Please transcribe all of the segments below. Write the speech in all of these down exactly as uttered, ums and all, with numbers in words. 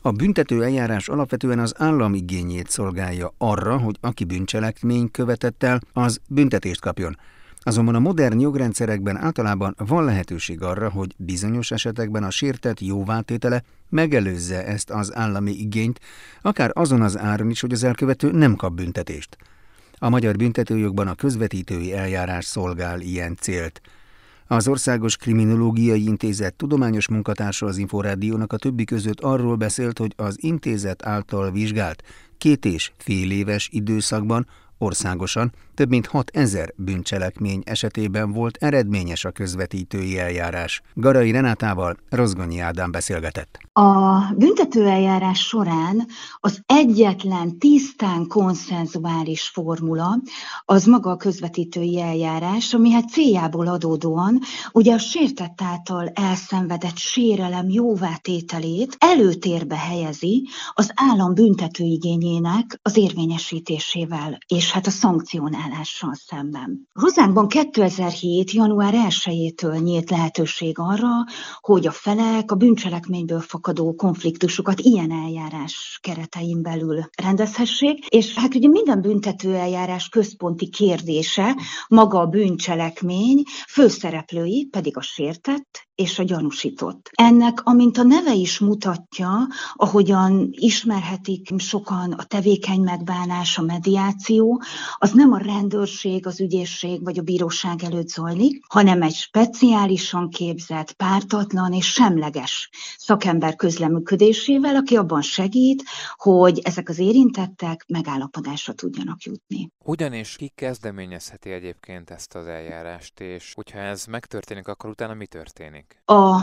A büntető eljárás alapvetően az állam igényét szolgálja arra, hogy aki bűncselekményt követett el, az büntetést kapjon. Azonban a modern jogrendszerekben általában van lehetőség arra, hogy bizonyos esetekben a sértett jóvátétele megelőzze ezt az állami igényt, akár azon az áron is, hogy az elkövető nem kap büntetést. A magyar büntetőjogban a közvetítői eljárás szolgál ilyen célt. Az Országos Kriminológiai Intézet tudományos munkatársa az Inforádiónak a többi között arról beszélt, hogy az intézet által vizsgált két és fél éves időszakban országosan több mint hatezer bűncselekmény esetében volt eredményes a közvetítői eljárás. Garai Renátával Rozgonyi Ádám beszélgetett. A büntetőeljárás során az egyetlen tisztán konszenzuális formula az maga a közvetítői eljárás, ami hát céljából adódóan ugye a sértett által elszenvedett sérelem jóvátételét előtérbe helyezi az állam büntetőigényének az érvényesítésével és hát a szankcionálással szemben. Hazánkban kétezer-hét. január elsejétől nyílt lehetőség arra, hogy a felek a bűncselekményből fakadó konfliktusokat ilyen eljárás keretein belül rendezhessék, és hát ugye minden büntetőeljárás központi kérdése maga a bűncselekmény, főszereplői pedig a sértett és a gyanúsított. Ennek, amint a neve is mutatja, ahogyan ismerhetik sokan, a tevékeny megbánás, a mediáció, az nem a rendőrség, az ügyészség vagy a bíróság előtt zajlik, hanem egy speciálisan képzett, pártatlan és semleges szakember közleműködésével, aki abban segít, hogy ezek az érintettek megállapodásra tudjanak jutni. Hogyan és ki kezdeményezheti egyébként ezt az eljárást, és hogyha ez megtörténik, akkor utána mi történik? A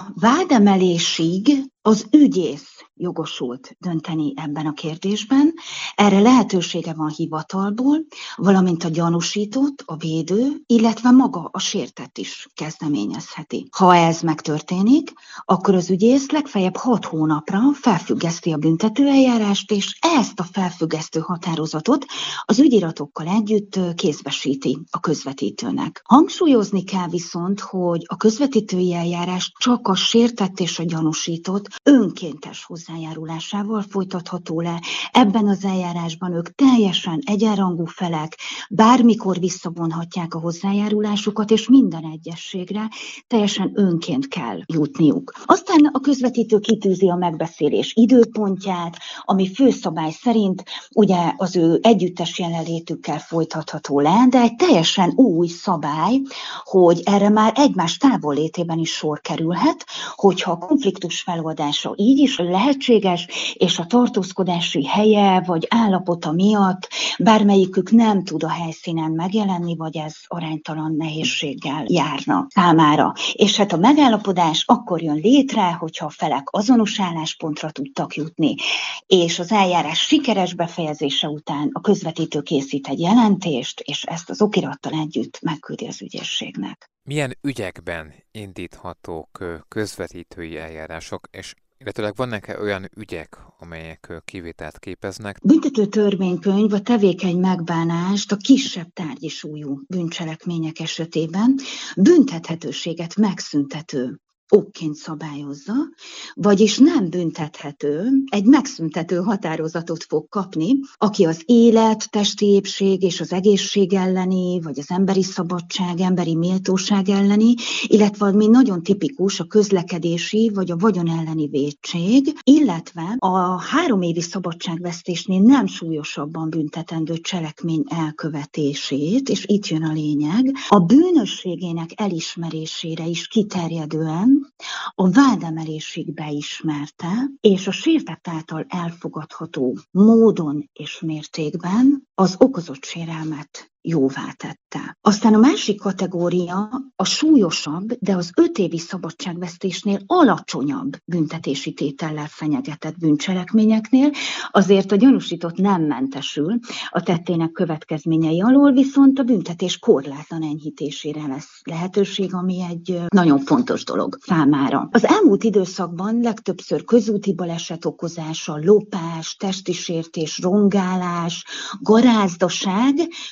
vádemelésig az ügyész jogosult dönteni ebben a kérdésben. Erre lehetősége van hivatalból, valamint a gyanúsított, a védő, illetve maga a sértett is kezdeményezheti. Ha ez megtörténik, akkor az ügyész legfeljebb hat hónapra felfüggeszti a büntetőeljárást, és ezt a felfüggesztő határozatot az ügyiratokkal együtt kézbesíti a közvetítőnek. Hangsúlyozni kell viszont, hogy a közvetítői eljárás csak a sértett és a gyanúsított önkéntes hozzájárulásával folytatható le. Ebben az eljárásban ők teljesen egyenrangú felek, bármikor visszavonhatják a hozzájárulásukat, és minden egyességre teljesen önként kell jutniuk. Aztán a közvetítő kitűzi a megbeszélés időpontját, ami főszabály szerint ugye az ő együttes jelenlétükkel folytatható le, de egy teljesen új szabály, hogy erre már egymás távollétében is sor kerülhet, hogyha a konfliktus feloldása így is lehetséges, és a tartózkodási helye vagy állapota miatt bármelyikük nem tud a helyszínen megjelenni, vagy ez aránytalan nehézséggel járna számára. És hát a megállapodás akkor jön létre, hogyha a felek azonos álláspontra tudtak jutni, és az eljárás sikeres befejezése után a közvetítő készít egy jelentést, és ezt az okirattal együtt megküldi az ügyészségnek. Milyen ügyekben indíthatók közvetítői eljárások, és illetőleg vannak-e olyan ügyek, amelyek kivételt képeznek? Büntető törvénykönyv a tevékeny megbánást a kisebb tárgyi súlyú bűncselekmények esetében büntethetőséget megszüntető okként szabályozza, vagyis nem büntethető, egy megszüntető határozatot fog kapni, aki az élet, testi épség és az egészség elleni, vagy az emberi szabadság, emberi méltóság elleni, illetve ami nagyon tipikus, a közlekedési vagy a vagyon elleni vétség, illetve a három évi szabadságvesztésnél nem súlyosabban büntetendő cselekmény elkövetését, és itt jön a lényeg, a bűnösségének elismerésére is kiterjedően a vádemelésig beismerte, és a sértett által elfogadható módon és mértékben az okozott sérelmet jóvá tette. Aztán a másik kategória a súlyosabb, de az öt évi szabadságvesztésnél alacsonyabb büntetési tétellel fenyegetett bűncselekményeknél, azért a gyanúsított nem mentesül a tettének következményei alól, viszont a büntetés korlátlan enyhítésére lesz lehetőség, ami egy nagyon fontos dolog számára. Az elmúlt időszakban legtöbbször közúti baleset okozása, lopás, testi sértés, rongálás, garázdaság, csalás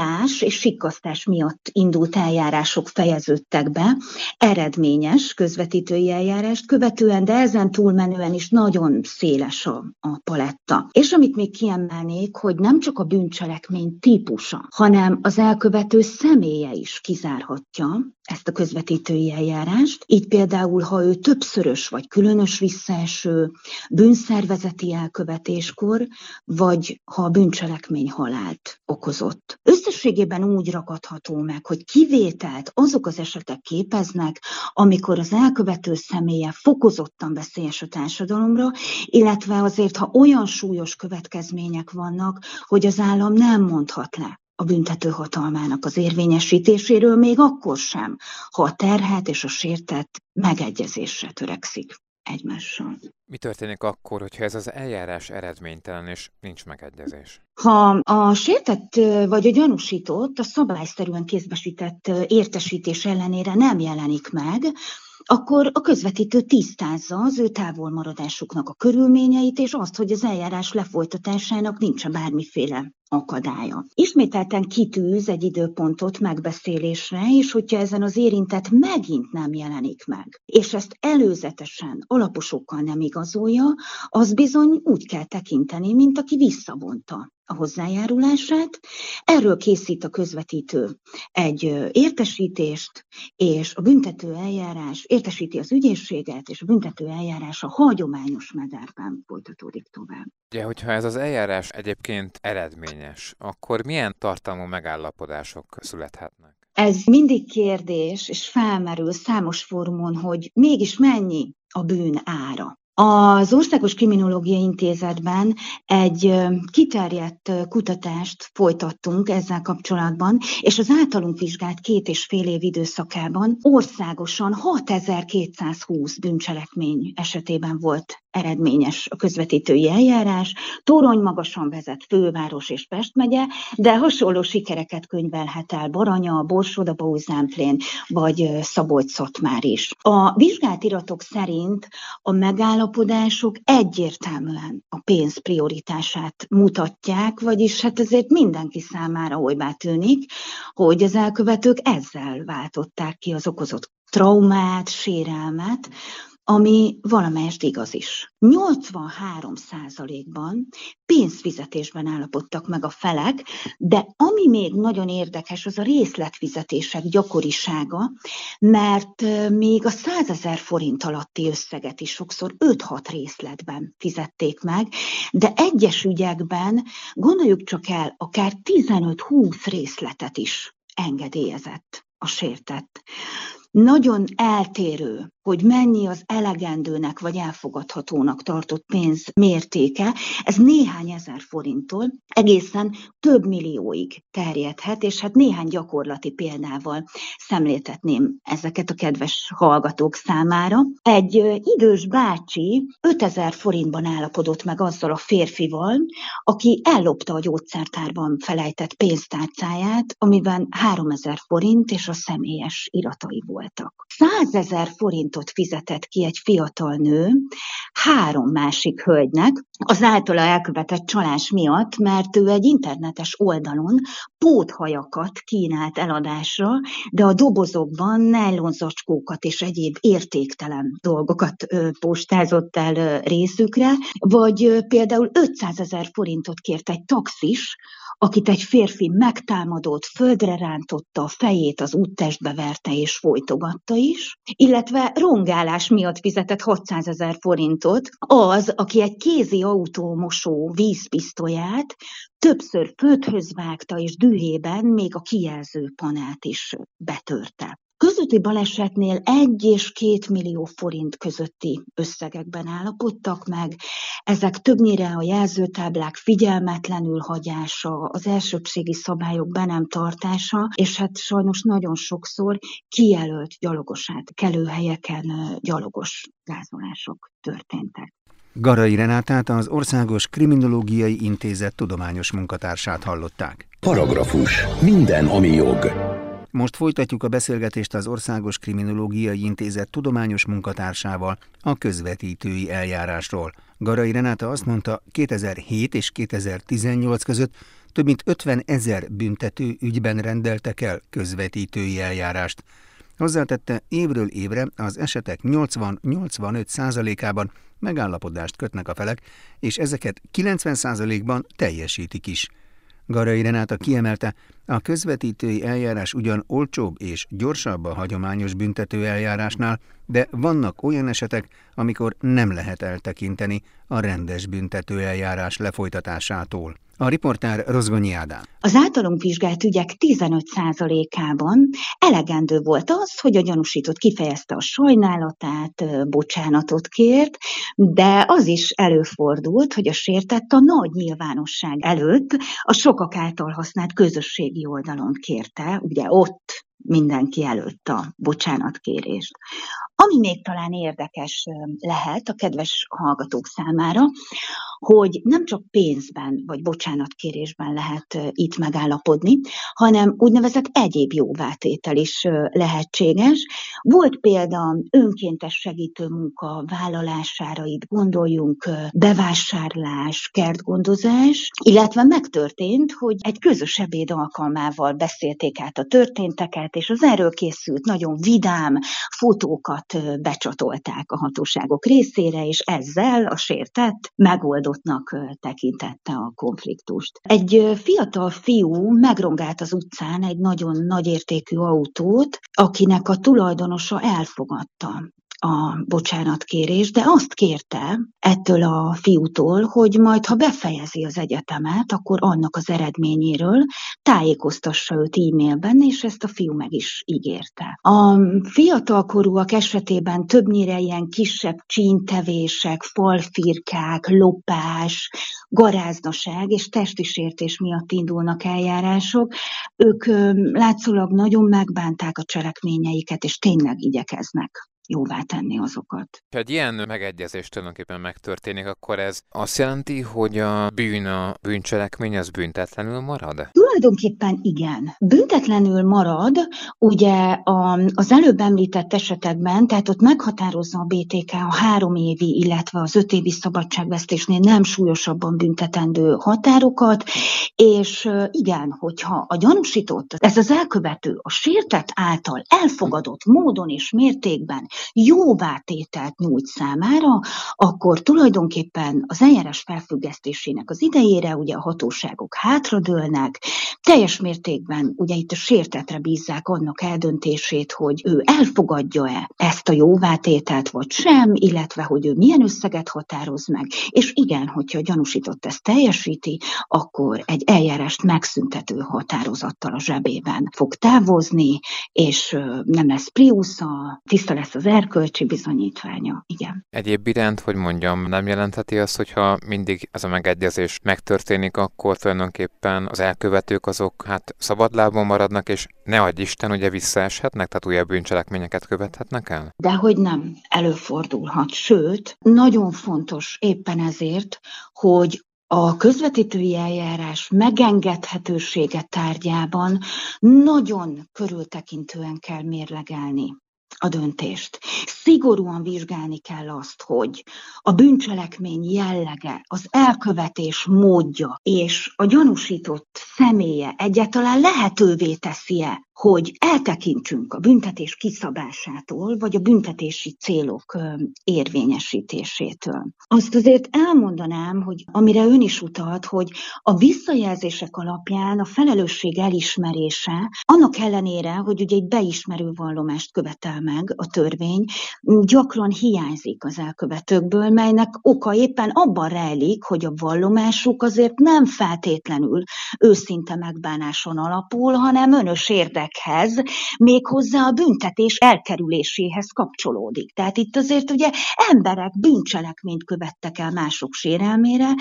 csalás és sikkasztás miatt indult eljárások fejeződtek be, eredményes közvetítői eljárást követően, de ezen túlmenően is nagyon széles a, a paletta. És amit még kiemelnék, hogy nem csak a bűncselekmény típusa, hanem az elkövető személye is kizárhatja ezt a közvetítői eljárást. Így például, ha ő többszörös vagy különös visszaeső bűnszervezeti elkövetéskor, vagy ha a bűncselekmény halált okozott. Összességében úgy ragadható meg, hogy kivételt azok az esetek képeznek, amikor az elkövető személye fokozottan veszélyes a társadalomra, illetve azért, ha olyan súlyos következmények vannak, hogy az állam nem mondhat le a büntető hatalmának az érvényesítéséről, még akkor sem, ha a terhet és a sértett megegyezésre törekszik egymással. Mi történik akkor, hogyha ez az eljárás eredménytelen és nincs megegyezés? Ha a sértett vagy a gyanúsított a szabályszerűen kézbesített értesítés ellenére nem jelenik meg, akkor a közvetítő tisztázza az ő távolmaradásuknak a körülményeit, és azt, hogy az eljárás lefolytatásának nincs bármiféle akadálya. Ismételten kitűz egy időpontot megbeszélésre, és hogyha ezen az érintett megint nem jelenik meg, és ezt előzetesen alaposokkal nem igazolja, az bizony úgy kell tekinteni, mint aki visszavonta a hozzájárulását. Erről készít a közvetítő egy értesítést, és a büntető eljárás értesíti az ügyészséget, és a büntető eljárás a hagyományos mederben folytatódik tovább. Ugye, hogyha ez az eljárás egyébként eredményes, akkor milyen tartalmú megállapodások születhetnek? Ez mindig kérdés, és felmerül számos fórumon, hogy mégis mennyi a bűn ára. Az Országos Kriminológiai Intézetben egy kiterjedt kutatást folytattunk ezzel kapcsolatban, és az általunk vizsgált két és fél év időszakában országosan hatezer-kétszázhúsz bűncselekmény esetében volt eredményes a közvetítői eljárás. Torony magasan vezet főváros és Pest megye, de hasonló sikereket könyvelhet el Baranya, Borsod-Abaúj-Zámplén vagy Szabolcs-Szatmár is. A vizsgált iratok szerint a megállapodások egyértelműen a pénz prioritását mutatják, vagyis hát azért mindenki számára olybá tűnik, hogy az elkövetők ezzel váltották ki az okozott traumát, sérelmet, ami valamelyest igaz is. nyolcvanhárom százalékban pénzfizetésben állapodtak meg a felek, de ami még nagyon érdekes, az a részletfizetések gyakorisága, mert még a százezer forint alatti összeget is sokszor öt-hat részletben fizették meg, de egyes ügyekben, gondoljuk csak el, akár tizenöt-húsz részletet is engedélyezett a sértett. Nagyon eltérő, hogy mennyi az elegendőnek vagy elfogadhatónak tartott pénz mértéke, ez néhány ezer forinttól egészen több millióig terjedhet, és hát néhány gyakorlati példával szemléltetném ezeket a kedves hallgatók számára. Egy idős bácsi ötezer forintban állapodott meg azzal a férfival, aki ellopta a gyógyszertárban felejtett pénztárcáját, amiben háromezer forint és a személyes iratai voltak. százezer forintot fizetett ki egy fiatal nő három másik hölgynek az általa elkövetett csalás miatt, mert ő egy internetes oldalon póthajakat kínált eladásra, de a dobozokban nejlonzacskókat és egyéb értéktelen dolgokat ö, postázott el ö, részükre, vagy ö, például ötszázezer forintot kért egy taxis, akit egy férfi megtámadott, földre rántotta, a fejét az úttestbe verte és folytogatta is, illetve rongálás miatt fizetett hatszázezer forintot az, aki egy kézi autómosó vízpisztolyát többször földhöz vágta, és dühében még a kijelző panelt is betörte. Közúti balesetnél egy és két millió forint közötti összegekben állapodtak meg. Ezek többnyire a jelzőtáblák figyelmetlenül hagyása, az elsőbbségi szabályok be nem tartása, és hát sajnos nagyon sokszor kijelölt gyalogos átkelőhelyeken gyalogos gázolások történtek. Garai Renátát, az Országos Kriminológiai Intézet tudományos munkatársát hallották. Paragrafus. Minden, ami jog. Most folytatjuk a beszélgetést az Országos Kriminológiai Intézet tudományos munkatársával a közvetítői eljárásról. Garai Renáta azt mondta, kétezer-hét és kétezer-tizennyolc között több mint ötven ezer büntető ügyben rendeltek el közvetítői eljárást. Hozzátette, évről évre az esetek nyolcvan-nyolcvanöt százalékában megállapodást kötnek a felek, és ezeket kilencven százalékban teljesítik is. Garai Renáta kiemelte, a közvetítői eljárás ugyan olcsóbb és gyorsabb a hagyományos büntető eljárásnál, de vannak olyan esetek, amikor nem lehet eltekinteni a rendes büntető eljárás lefolytatásától. A riportár Rozgonyi Ádám. Az általunk vizsgált ügyek tizenöt százalékában elegendő volt az, hogy a gyanúsított kifejezte a sajnálatát, bocsánatot kért, de az is előfordult, hogy a sértett a nagy nyilvánosság előtt a sokak által használt közösségi oldalon kérte, ugye ott mindenki előtt a bocsánatkérést. Ami még talán érdekes lehet a kedves hallgatók számára, hogy nem csak pénzben vagy bocsánatkérésben lehet itt megállapodni, hanem úgynevezett egyéb jóvátétel is lehetséges. Volt példa önkéntes segítőmunka vállalására, itt gondoljunk bevásárlás, kertgondozás, illetve megtörtént, hogy egy közös ebéd alkalmával beszélték át a történteket, és az erről készült nagyon vidám fotókat becsatolták a hatóságok részére, és ezzel a sértett megoldottnak tekintette a konfliktust. Egy fiatal fiú megrongált az utcán egy nagyon nagyértékű autót, akinek a tulajdonosa elfogadta a bocsánatkérés, de azt kérte ettől a fiútól, hogy majd, ha befejezi az egyetemet, akkor annak az eredményéről tájékoztassa őt e-mailben, és ezt a fiú meg is ígérte. A fiatalkorúak esetében többnyire ilyen kisebb csíntevések, falfirkák, lopás, garáznaság és testi sértés miatt indulnak eljárások. Ők látszólag nagyon megbánták a cselekményeiket, és tényleg igyekeznek jóvá tenni azokat. Ha egy ilyen megegyezés tulajdonképpen megtörténik, akkor ez azt jelenti, hogy a bűn, a bűncselekmény az büntetlenül marad? Tulajdonképpen igen. Büntetlenül marad, ugye az előbb említett esetekben, tehát ott meghatározza a bé té ká a három évi, illetve az öt évi szabadságvesztésnél nem súlyosabban büntetendő határokat, és igen, hogyha a gyanúsított, ez az elkövető a sértett által elfogadott módon és mértékben jóvátételt nyújt számára, akkor tulajdonképpen az eljárás felfüggesztésének az idejére ugye a hatóságok hátradőlnek, teljes mértékben ugye itt a sértettre bízzák annak eldöntését, hogy ő elfogadja-e ezt a jóvátételt vagy sem, illetve hogy ő milyen összeget határoz meg, és igen, hogyha a gyanúsított ezt teljesíti, akkor egy eljárást megszüntető határozattal a zsebében fog távozni, és nem lesz priusza, tiszta lesz az erkölcsi bizonyítványa. Igen. Egyéb iránt, hogy mondjam, nem jelentheti azt, hogyha mindig ez a megegyezés megtörténik, akkor tulajdonképpen az elkövetők azok hát szabadlábon maradnak, és ne adj Isten, ugye visszaeshetnek, tehát újabb bűncselekményeket követhetnek el? Dehogy nem, előfordulhat. Sőt, nagyon fontos éppen ezért, hogy a közvetítői eljárás megengedhetősége tárgyában nagyon körültekintően kell mérlegelni a döntést. Szigorúan vizsgálni kell azt, hogy a bűncselekmény jellege, az elkövetés módja és a gyanúsított személye egyáltalán lehetővé teszi-e, hogy eltekintsünk a büntetés kiszabásától, vagy a büntetési célok érvényesítésétől. Azt azért elmondanám, hogy amire ön is utalt, hogy a visszajelzések alapján a felelősség elismerése, annak ellenére, hogy ugye egy beismerő vallomást követel meg a törvény, gyakran hiányzik az elkövetőkből, melynek oka éppen abban rejlik, hogy a vallomásuk azért nem feltétlenül őszinte megbánáson alapul, hanem önös érdekhez, méghozzá a büntetés elkerüléséhez kapcsolódik. Tehát itt azért ugye emberek bűncselekményt követtek el mások sérelmére,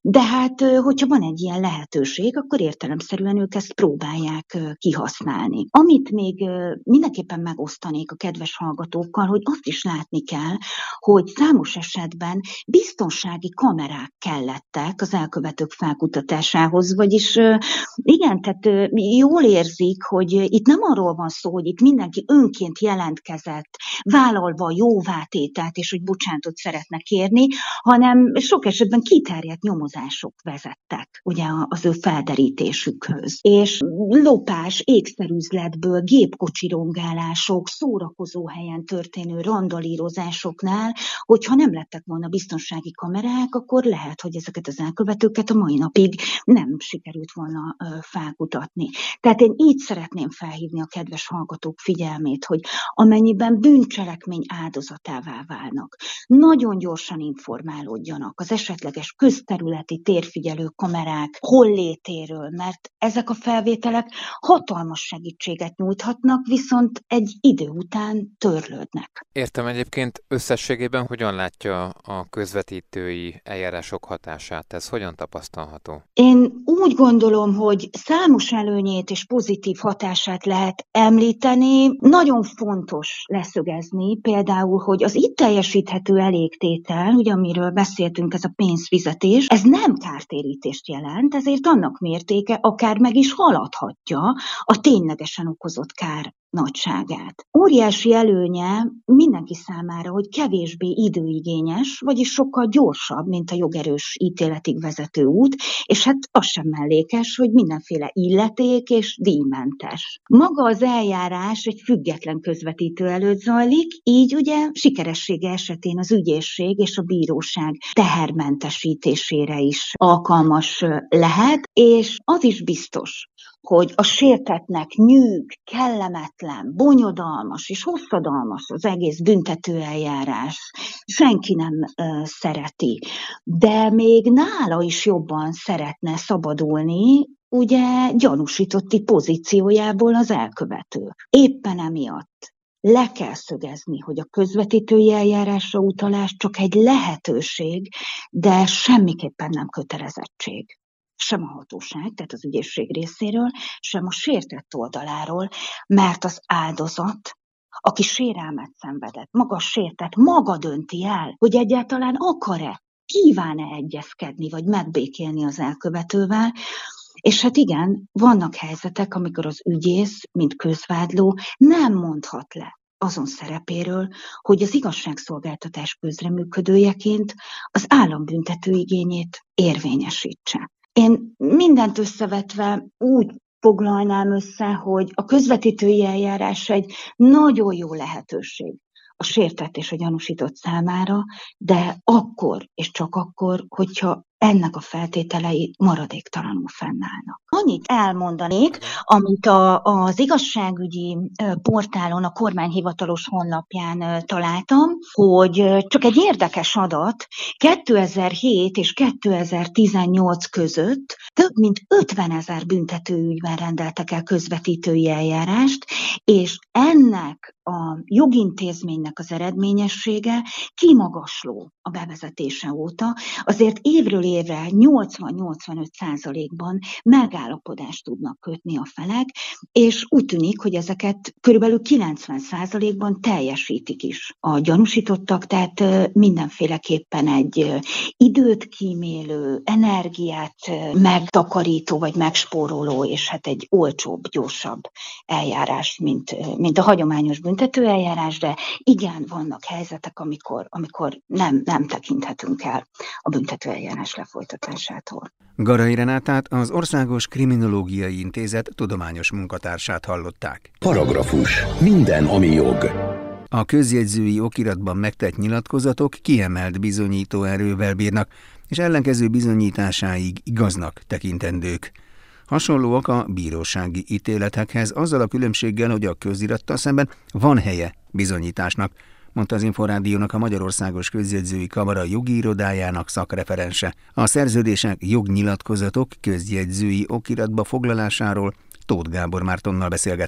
De hát, hogyha van egy ilyen lehetőség, akkor értelemszerűen ők ezt próbálják kihasználni. Amit még mindenképpen megosztanék a kedves hallgatókkal, hogy azt is látni kell, hogy számos esetben biztonsági kamerák kellettek az elkövetők felkutatásához, vagyis igen, tehát jól érzik, hogy itt nem arról van szó, hogy itt mindenki önként jelentkezett, vállalva a jóvátételt, és hogy bocsánatot szeretne kérni, hanem sok esetben kiterjedt nyomozások vezettek ugye az ő felderítésükhöz. És lopás, ékszerüzletből, gépkocsirongálások, szórakozó helyen történő randalírozásoknál, hogyha nem lettek volna biztonsági kamerák, akkor lehet, hogy ezeket az elkövetőket a mai napig nem sikerült volna felkutatni. Tehát én így szeretném felhívni a kedves hallgatók figyelmét, hogy amennyiben bűncselekmény áldozatává válnak, nagyon gyorsan informálódjanak az esetleges közterületi térfigyelő kamerák hollétéről, mert ezek a felvételek hatalmas segítséget nyújthatnak, viszont egy idő után törlődnek. Értem, egyébként összességében hogyan látja a közvetítői eljárások hatását? Ez hogyan tapasztalható? Én úgy gondolom, hogy számos előnyét és pozitív hatását lehet említeni. Nagyon fontos leszögezni például, hogy az itt teljesíthető elégtétel, ugye amiről beszéltünk, ez a pénzfizetés, ez nem kártérítést jelent, ezért annak mértéke akár meg is haladhatja a ténylegesen okozott kár nagyságát. Óriási előnye mindenki számára, hogy kevésbé időigényes, vagyis sokkal gyorsabb, mint a jogerős ítéletig vezető út, és hát az sem mellékes, hogy mindenféle illeték és díjmentes. Maga az eljárás egy független közvetítő előtt zajlik, így ugye sikeressége esetén az ügyészség és a bíróság tehermentesítésére is alkalmas lehet, és az is biztos, hogy a sértettnek nyűg, kellemetlen, bonyodalmas és hosszadalmas az egész büntetőeljárás. Senki nem uh, szereti, de még nála is jobban szeretne szabadulni, ugye gyanúsítotti pozíciójából az elkövető. Éppen emiatt le kell szögezni, hogy a közvetítői eljárásra utalás csak egy lehetőség, de semmiképpen nem kötelezettség. Sem a hatóság, tehát az ügyészség részéről, sem a sértett oldaláról, mert az áldozat, aki sérelmet szenvedett, maga sértett, maga dönti el, hogy egyáltalán akar-e, kíván-e egyezkedni, vagy megbékélni az elkövetővel. És hát igen, vannak helyzetek, amikor az ügyész, mint közvádló nem mondhat le azon szerepéről, hogy az igazságszolgáltatás közreműködőjeként az állam büntetőigényét érvényesítse. Én mindent összevetve úgy foglalnám össze, hogy a közvetítői eljárás egy nagyon jó lehetőség a sértett és a gyanúsított számára, de akkor és csak akkor, hogyha ennek a feltételei maradéktalanul fennállnak. Annyit elmondanék, amit a, az igazságügyi portálon, a kormány hivatalos honlapján találtam, hogy csak egy érdekes adat, kétezer-hét és kétezer-tizennyolc között több mint ötvenezer büntetőügyben rendeltek el közvetítői eljárást, és ennek a jogintézménynek az eredményessége kimagasló a bevezetése óta, azért évről évre nyolcvan-nyolcvanöt százalékban megállapodást tudnak kötni a felek, és úgy tűnik, hogy ezeket körülbelül kilencven százalékban teljesítik is a gyanúsítottak, tehát mindenféleképpen egy időt kímélő, energiát megtakarító vagy megspóroló, és hát egy olcsóbb, gyorsabb eljárás, mint, mint a hagyományos büntetőeljárás, de igen, vannak helyzetek, amikor, amikor nem, nem tekinthetünk el a büntetőeljárás lefolytatásától. Garai Renátát, az Országos Kriminológiai Intézet tudományos munkatársát hallották. Paragrafus. Minden, ami jog. A közjegyzői okiratban megtett nyilatkozatok kiemelt bizonyító erővel bírnak, és ellenkező bizonyításáig igaznak tekintendők. Hasonlóak a bírósági ítéletekhez, azzal a különbséggel, hogy a közirattal szemben van helye bizonyításnak, mondta az Inforádiónak a Magyarországos Közjegyzői Kamara jogi irodájának szakreferense. A szerződések jognyilatkozatok közjegyzői okiratba foglalásáról Tóth Gábor Mártonnal beszélgettem.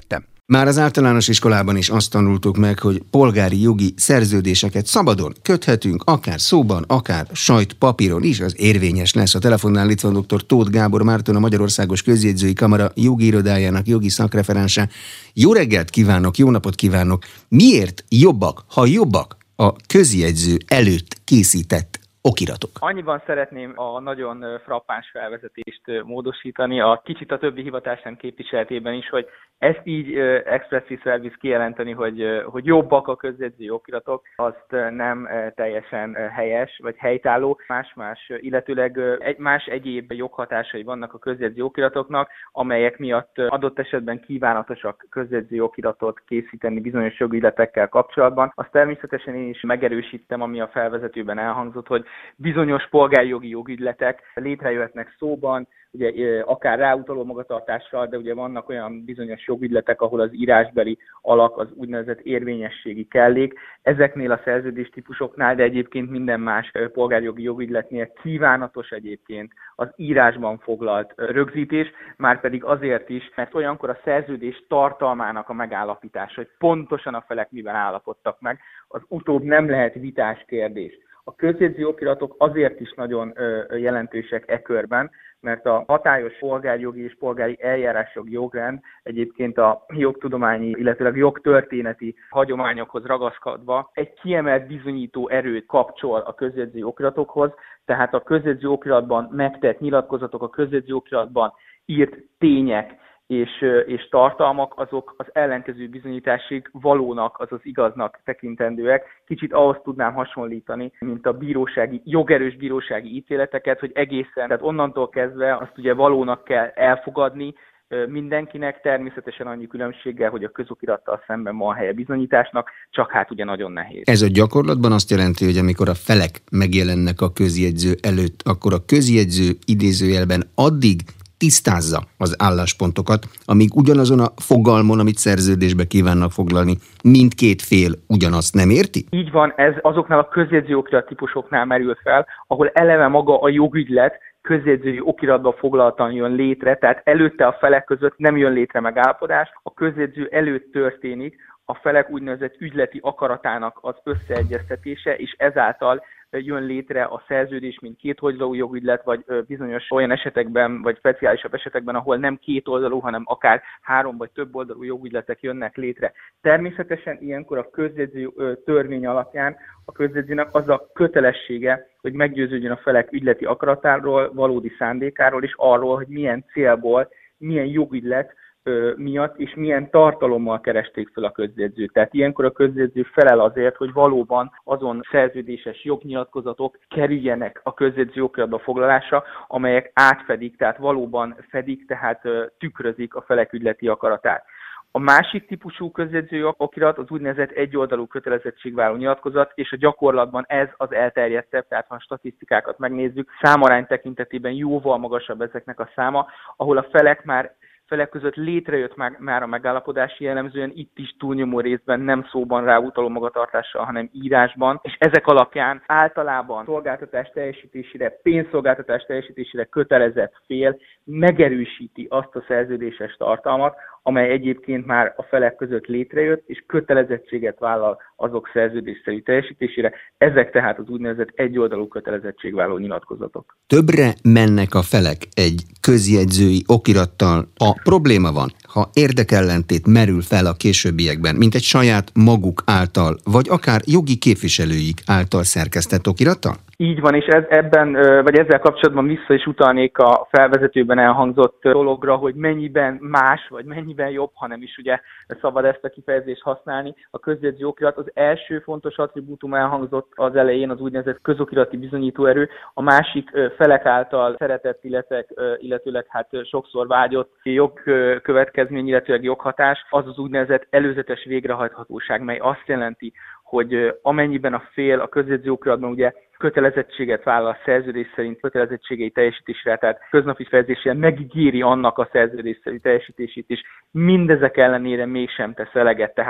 Már az általános iskolában is azt tanultuk meg, hogy polgári jogi szerződéseket szabadon köthetünk, akár szóban, akár sajtpapíron is, az érvényes lesz. A telefonnál itt van dr. Tóth Gábor Márton, a Magyarországos Közjegyzői Kamara jogi irodájának jogi szakreferense. Jó reggelt kívánok, jó napot kívánok! Miért jobbak, ha jobbak a közjegyző előtt készített okiratok? Annyiban szeretném a nagyon frappáns felvezetést módosítani, a kicsit a többi hivatásnám képviseletében is, hogy ezt így expressis verbis kijelenteni, hogy, hogy jobbak a közjegyzői okiratok, azt nem teljesen helyes vagy helytálló. Más-más, illetőleg egy, más egyéb joghatásai vannak a közjegyzői okiratoknak, amelyek miatt adott esetben kívánatosak közjegyzői okiratot készíteni bizonyos jogügyletekkel kapcsolatban. Azt természetesen én is megerősítem, ami a felvezetőben elhangzott, hogy bizonyos polgárjogi jogügyletek létrejöhetnek szóban, ugye akár ráutaló magatartással, de ugye vannak olyan bizonyos jogügyletek, ahol az írásbeli alak az úgynevezett érvényességi kellék. Ezeknél a szerződéstípusoknál, de egyébként minden más polgárjogi jogügyletnél kívánatos egyébként az írásban foglalt rögzítés, márpedig azért is, mert olyankor a szerződés tartalmának a megállapítása, hogy pontosan a felek miben állapodtak meg, az utóbb nem lehet vitás kérdés. A közjegyzői okiratok azért is nagyon ö, jelentősek e körben, mert a hatályos polgárjogi és polgári eljárásjogi jogrend egyébként a jogtudományi, illetőleg jogtörténeti hagyományokhoz ragaszkodva egy kiemelt bizonyító erőt kapcsol a közjegyzői okiratokhoz, tehát a közjegyzői okiratban megtett nyilatkozatok, a közjegyzői okiratban írt tények és, és tartalmak, azok az ellenkező bizonyításig valónak, azaz igaznak tekintendőek. Kicsit ahhoz tudnám hasonlítani, mint a bírósági, jogerős bírósági ítéleteket, hogy egészen, tehát onnantól kezdve azt ugye valónak kell elfogadni mindenkinek, természetesen annyi különbséggel, hogy a közokirattal szemben van helye bizonyításnak, csak hát ugye nagyon nehéz. Ez a gyakorlatban azt jelenti, hogy amikor a felek megjelennek a közjegyző előtt, akkor a közjegyző idézőjelben addig tisztázza az álláspontokat, amíg ugyanazon a fogalmon, amit szerződésbe kívánnak foglalni, mindkét fél ugyanazt nem érti? Így van, ez azoknál a közjegyző okirat típusoknál merül fel, ahol eleve maga a jogügylet közjegyzői okiratba foglaltan jön létre, tehát előtte a felek között nem jön létre megállapodás, a közjegyző előtt történik a felek úgynevezett ügyleti akaratának az összeegyeztetése, és ezáltal jön létre a szerződés, mint kétoldalú jogügylet, vagy bizonyos olyan esetekben, vagy speciálisabb esetekben, ahol nem kétoldalú, hanem akár három vagy több oldalú jogügyletek jönnek létre. Természetesen ilyenkor a közjegyző törvény alapján a közjegyzőnek az a kötelessége, hogy meggyőződjön a felek ügyleti akaratáról, valódi szándékáról, és arról, hogy milyen célból, milyen jogügylet miatt és milyen tartalommal keresték fel a közjegyzőt. Tehát ilyenkor a közjegyző felel azért, hogy valóban azon szerződéses jognyilatkozatok kerüljenek a közjegyző okiratba foglalásra, amelyek átfedik, tehát valóban fedik, tehát tükrözik a felek ügyleti akaratát. A másik típusú közjegyzői okirat az úgynevezett egyoldalú kötelezettségvállaló nyilatkozat, és a gyakorlatban ez az elterjedtebb, tehát ha a statisztikákat megnézzük, számarány tekintetében jóval magasabb ezeknek a száma, ahol a felek már felek között létrejött már, már a megállapodás, jellemzően itt is túlnyomó részben nem szóban ráutaló magatartással, hanem írásban, és ezek alapján általában szolgáltatás teljesítésére, pénzszolgáltatás teljesítésére kötelezett fél megerősíti azt a szerződéses tartalmat, amely egyébként már a felek között létrejött, és kötelezettséget vállal azok szerződésszerű teljesítésére. Ezek tehát az úgynevezett egyoldalú kötelezettségvállaló nyilatkozatok. Többre mennek a felek egy közjegyzői okirattal. A probléma van, ha érdekellentét merül fel a későbbiekben, mint egy saját maguk által, vagy akár jogi képviselőik által szerkesztett okirattal? Így van, és ez, ebben, vagy ezzel kapcsolatban vissza is utalnék a felvezetőben elhangzott dologra, hogy mennyiben más, vagy mennyiben jobb, hanem is ugye szabad ezt a kifejezést használni. A közjegyző okirat az első fontos attribútum elhangzott az elején, az úgynevezett közokirati bizonyítóerő, a másik felek által szeretett, illetve, illetőleg hát sokszor vágyott jogkövetkezmény, illetőleg joghatás, az az úgynevezett előzetes végrehajthatóság, mely azt jelenti, hogy amennyiben a fél a közjegyző okiratban ugye kötelezettséget vállal a szerződés szerint kötelezettségei teljesítésre, tehát köznapi fejezéssel megígéri annak a szerződésszerű teljesítését is, mindezek ellenére mégsem tesz eleget, tehát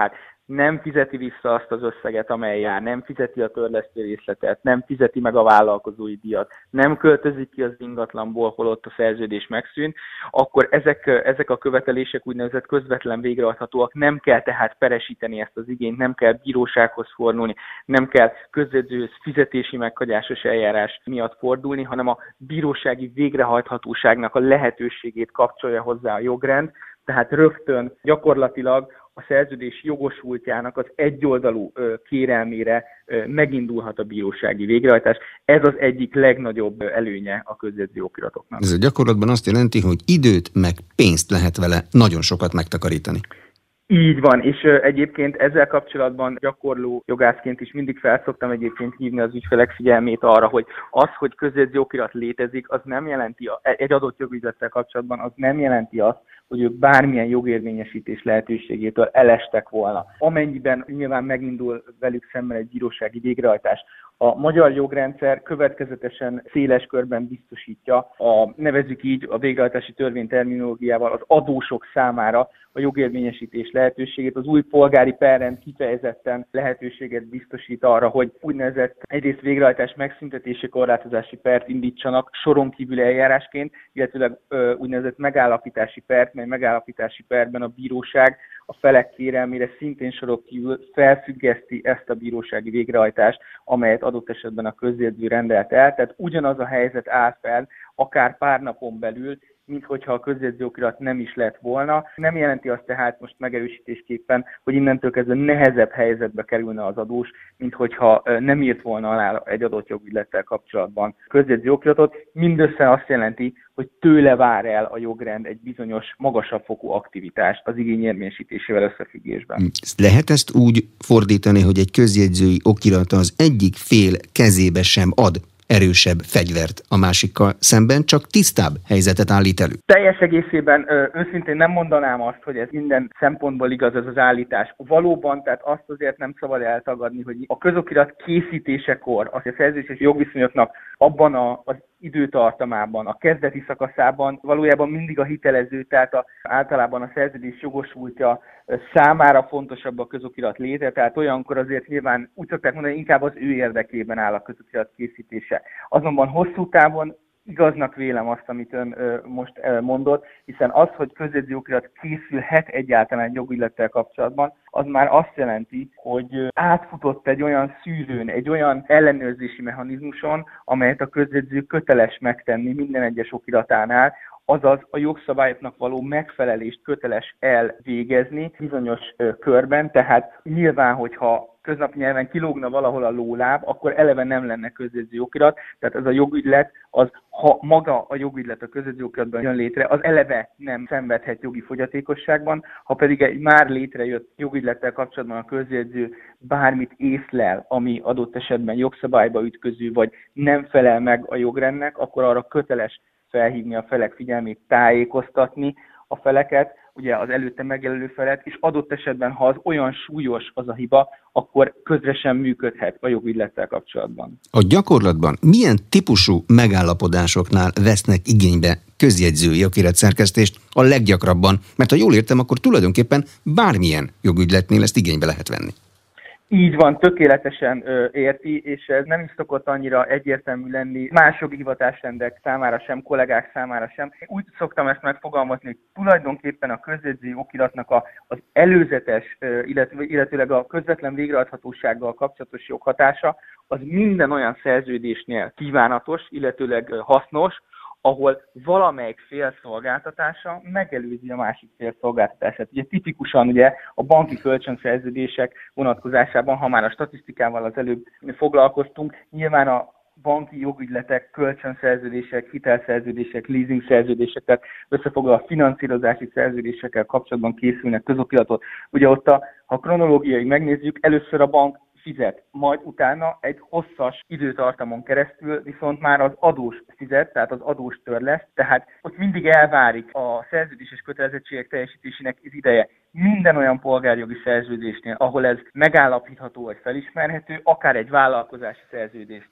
nem fizeti vissza azt az összeget, amely jár, nem fizeti a törlesztő részletet, nem fizeti meg a vállalkozói díjat, nem költözik ki az ingatlanból, holott a szerződés megszűnt, akkor ezek, ezek a követelések úgynevezett közvetlen végrehajthatóak, nem kell tehát peresíteni ezt az igényt, nem kell bírósághoz fordulni, nem kell közjegyzőhöz fizetési meghagyásos eljárás miatt fordulni, hanem a bírósági végrehajthatóságnak a lehetőségét kapcsolja hozzá a jogrend, tehát rögtön gyakorlatilag a szerződés jogosultjának az egyoldalú kérelmére megindulhat a bírósági végrehajtás. Ez az egyik legnagyobb előnye a közjegyző okiratoknak. Ez a gyakorlatban azt jelenti, hogy időt meg pénzt lehet vele nagyon sokat megtakarítani. Így van, és egyébként ezzel kapcsolatban gyakorló jogászként is mindig felszoktam egyébként hívni az ügyfelek figyelmét arra, hogy az, hogy közjegyző okirat létezik, az nem jelenti, egy adott jogügylettel kapcsolatban az nem jelenti azt, hogy ők bármilyen jogérvényesítés lehetőségétől elestek volna. Amennyiben nyilván megindul velük szemben egy bírósági végrehajtás. A magyar jogrendszer következetesen széles körben biztosítja a, nevezzük így a végrehajtási törvény terminológiával, az adósok számára a jogérvényesítés lehetőségét. Az új polgári perrend kifejezetten lehetőséget biztosít arra, hogy úgynevezett egyrészt végrehajtás megszüntetési korlátozási pert indítsanak soron kívüli eljárásként, illetőleg ö, úgynevezett megállapítási pert, mely megállapítási perben a bíróság a felek kérelmére szintén soron kívül felfüggeszti ezt a bírósági végrehajtást, amelyet adott esetben a közjegyző rendelt el. Tehát ugyanaz a helyzet áll fel, akár pár napon belül, mint hogyha a közjegyző okirat nem is lett volna. Nem jelenti azt tehát most megerősítésképpen, hogy innentől kezdve nehezebb helyzetbe kerülne az adós, mint hogyha nem írt volna alá egy adott jogügylettel kapcsolatban közjegyző okiratot. Mindössze azt jelenti, hogy tőle vár el a jogrend egy bizonyos magasabb fokú aktivitást az igény érvényesítésével összefüggésben. Lehet ezt úgy fordítani, hogy egy közjegyzői okirat az egyik fél kezébe sem ad erősebb fegyvert a másikkal szemben, csak tisztább helyzetet állít elő? Teljes egészében ö, őszintén nem mondanám azt, hogy ez minden szempontból igaz ez az állítás. Valóban, tehát azt azért nem szabad eltagadni, hogy a közokirat készítésekor, az a szerződéses jogviszonyoknak abban a, az időtartamában, a kezdeti szakaszában valójában mindig a hitelező, tehát a, általában a szerződés jogosultja számára fontosabb a közokirat léte, tehát olyankor azért nyilván úgy szokták mondani, inkább az ő érdekében áll a közokirat készítése. Azonban hosszú távon igaznak vélem azt, amit ön ö, most ö, mondott, hiszen az, hogy közjegyző okirat készülhet egyáltalán egy jogügylettel kapcsolatban, az már azt jelenti, hogy ö, átfutott egy olyan szűrőn, egy olyan ellenőrzési mechanizmuson, amelyet a közjegyző köteles megtenni minden egyes okiratánál, azaz a jogszabályoknak való megfelelést köteles elvégezni bizonyos ö, körben, tehát nyilván, hogyha köznapi nyelven kilógna valahol a lóláb, akkor eleve nem lenne közjegyző okirat, tehát ez a jogügylet, az, ha maga a jogügylet a közjegyző okiratban jön létre, az eleve nem szenvedhet jogi fogyatékosságban, ha pedig egy már létrejött jogügylettel kapcsolatban a közjegyző bármit észlel, ami adott esetben jogszabályba ütköző, vagy nem felel meg a jogrendnek, akkor arra köteles felhívni a felek figyelmét, tájékoztatni a feleket, ugye az előtte megjelölő felet, és adott esetben, ha az olyan súlyos az a hiba, akkor közre sem működhet a jogügylettel kapcsolatban. A gyakorlatban milyen típusú megállapodásoknál vesznek igénybe közjegyzői okiratszerkesztést a leggyakrabban? Mert ha jól értem, akkor tulajdonképpen bármilyen jogügyletnél ezt igénybe lehet venni. Így van, tökéletesen ö, érti, és ez nem is szokott annyira egyértelmű lenni más jogi hivatásrendek számára sem, kollégák számára sem. Úgy szoktam ezt megfogalmazni, hogy tulajdonképpen a közjegyzői okiratnak a, az előzetes, ö, illetve, illetőleg a közvetlen végrehajthatósággal kapcsolatos joghatása, az minden olyan szerződésnél kívánatos, illetőleg ö, hasznos, ahol valamelyik fél szolgáltatása megelőzi a másik fél szolgáltatását. Ugye tipikusan ugye a banki kölcsönszerződések vonatkozásában, ha már a statisztikával az előbb foglalkoztunk, nyilván a banki jogügyletek, kölcsönszerződések, hitelszerződések, leasingszerződések, tehát összefoglalva a finanszírozási szerződésekkel kapcsolatban készülnek közokiratot. Ugye ott, a, ha kronológiai megnézzük, először a bank fizet, majd utána egy hosszas időtartamon keresztül viszont már az adós fizet, tehát az adós törlesz, tehát ott mindig elvárik a szerződéses kötelezettségek teljesítésének az ideje. Minden olyan polgárjogi szerződésnél, ahol ez megállapítható vagy felismerhető, akár egy vállalkozási szerződésnél,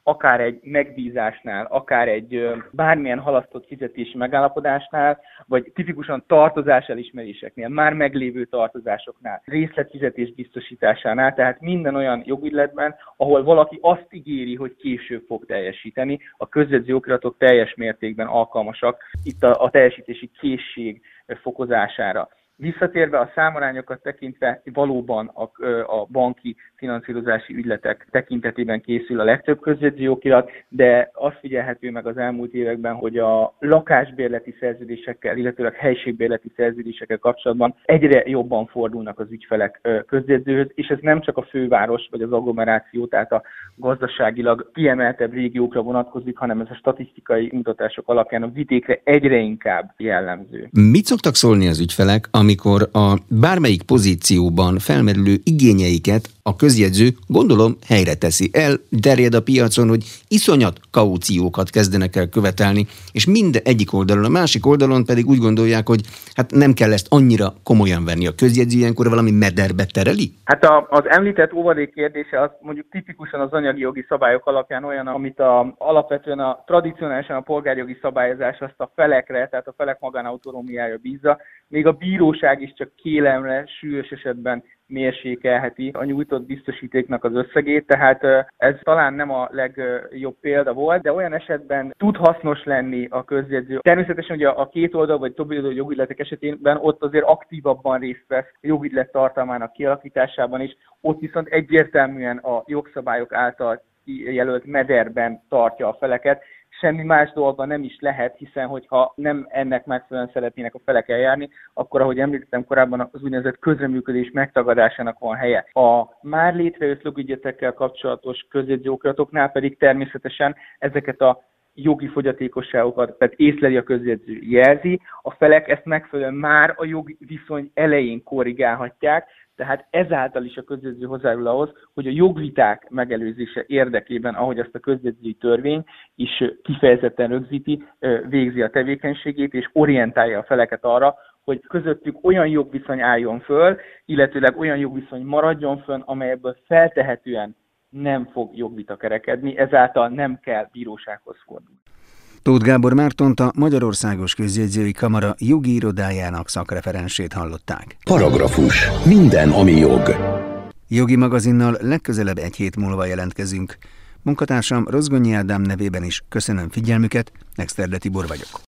akár egy megbízásnál, akár egy bármilyen halasztott fizetési megállapodásnál, vagy tipikusan tartozás elismeréseknél, már meglévő tartozásoknál, részletfizetés biztosításánál, tehát minden olyan jogügyletben, ahol valaki azt ígéri, hogy később fog teljesíteni, a közjegyző okiratok teljes mértékben alkalmasak itt a, a teljesítési készség fokozására. Visszatérve a számarányokat tekintve valóban a, a banki finanszírozási ügyletek tekintetében készül a legtöbb közjegyző okirat, de azt figyelhető meg az elmúlt években, hogy a lakásbérleti szerződésekkel, illetőleg helységbérleti szerződésekkel kapcsolatban egyre jobban fordulnak az ügyfelek közjegyzőhöz, és ez nem csak a főváros vagy az agglomeráció, tehát a gazdaságilag kiemeltebb régiókra vonatkozik, hanem ez a statisztikai mutatások alapján a vidékre egyre inkább jellemző. Mit szoktak szólni az ügyfelek, amikor a bármelyik pozícióban felmerülő igényeiket a közjegyző, gondolom, helyre teszi el, terjed a piacon, hogy iszonyat kauciókat kezdenek el követelni, és mind egyik oldalon, a másik oldalon pedig úgy gondolják, hogy hát nem kell ezt annyira komolyan venni. A közjegyző ilyenkor valami mederbe tereli? Hát a, az említett óvadék kérdése az mondjuk tipikusan az anyagi jogi szabályok alapján olyan, amit a, alapvetően a tradicionálisan a polgárjogi szabályozás azt a felekre, tehát a felek magánautonómiája bízza, még a bíróság is csak kélemre, súlyos esetben mérsékelheti a nyújtott biztosítéknak az összegét, tehát ez talán nem a legjobb példa volt, de olyan esetben tud hasznos lenni a közjegyző. Természetesen ugye a két oldal vagy több oldal jogügyletek esetében ott azért aktívabban részt vesz a jogügylet tartalmának kialakításában is, ott viszont egyértelműen a jogszabályok által jelölt mederben tartja a feleket. Semmi más dolga nem is lehet, hiszen hogyha nem ennek megfelelően szeretnének a felek eljárni, akkor, ahogy említettem korábban, az úgynevezett közreműködés megtagadásának van helye. A már létrejött jogügyletekkel kapcsolatos közjegyző okiratoknál pedig természetesen ezeket a jogi fogyatékosságokat, tehát észleli a közjegyző, jelzi, a felek ezt megfelelően már a jogi viszony elején korrigálhatják, tehát ezáltal is a közjegyző hozzájárul ahhoz, hogy a jogviták megelőzése érdekében, ahogy azt a közjegyzői törvény is kifejezetten rögzíti, végzi a tevékenységét és orientálja a feleket arra, hogy közöttük olyan jogviszony álljon föl, illetőleg olyan jogviszony maradjon fönn, amelyből feltehetően nem fog jogvita kerekedni, ezáltal nem kell bírósághoz fordulni. Tóth Gábor Mártont, a Magyarországos Közjegyzői Kamara jogi irodájának szakreferensét hallották. Paragrafus. Minden, ami jog. Jogi magazinnal legközelebb egy hét múlva jelentkezünk. Munkatársam Rozgonyi Ádám nevében is köszönöm figyelmüket, Exterde Tibor vagyok.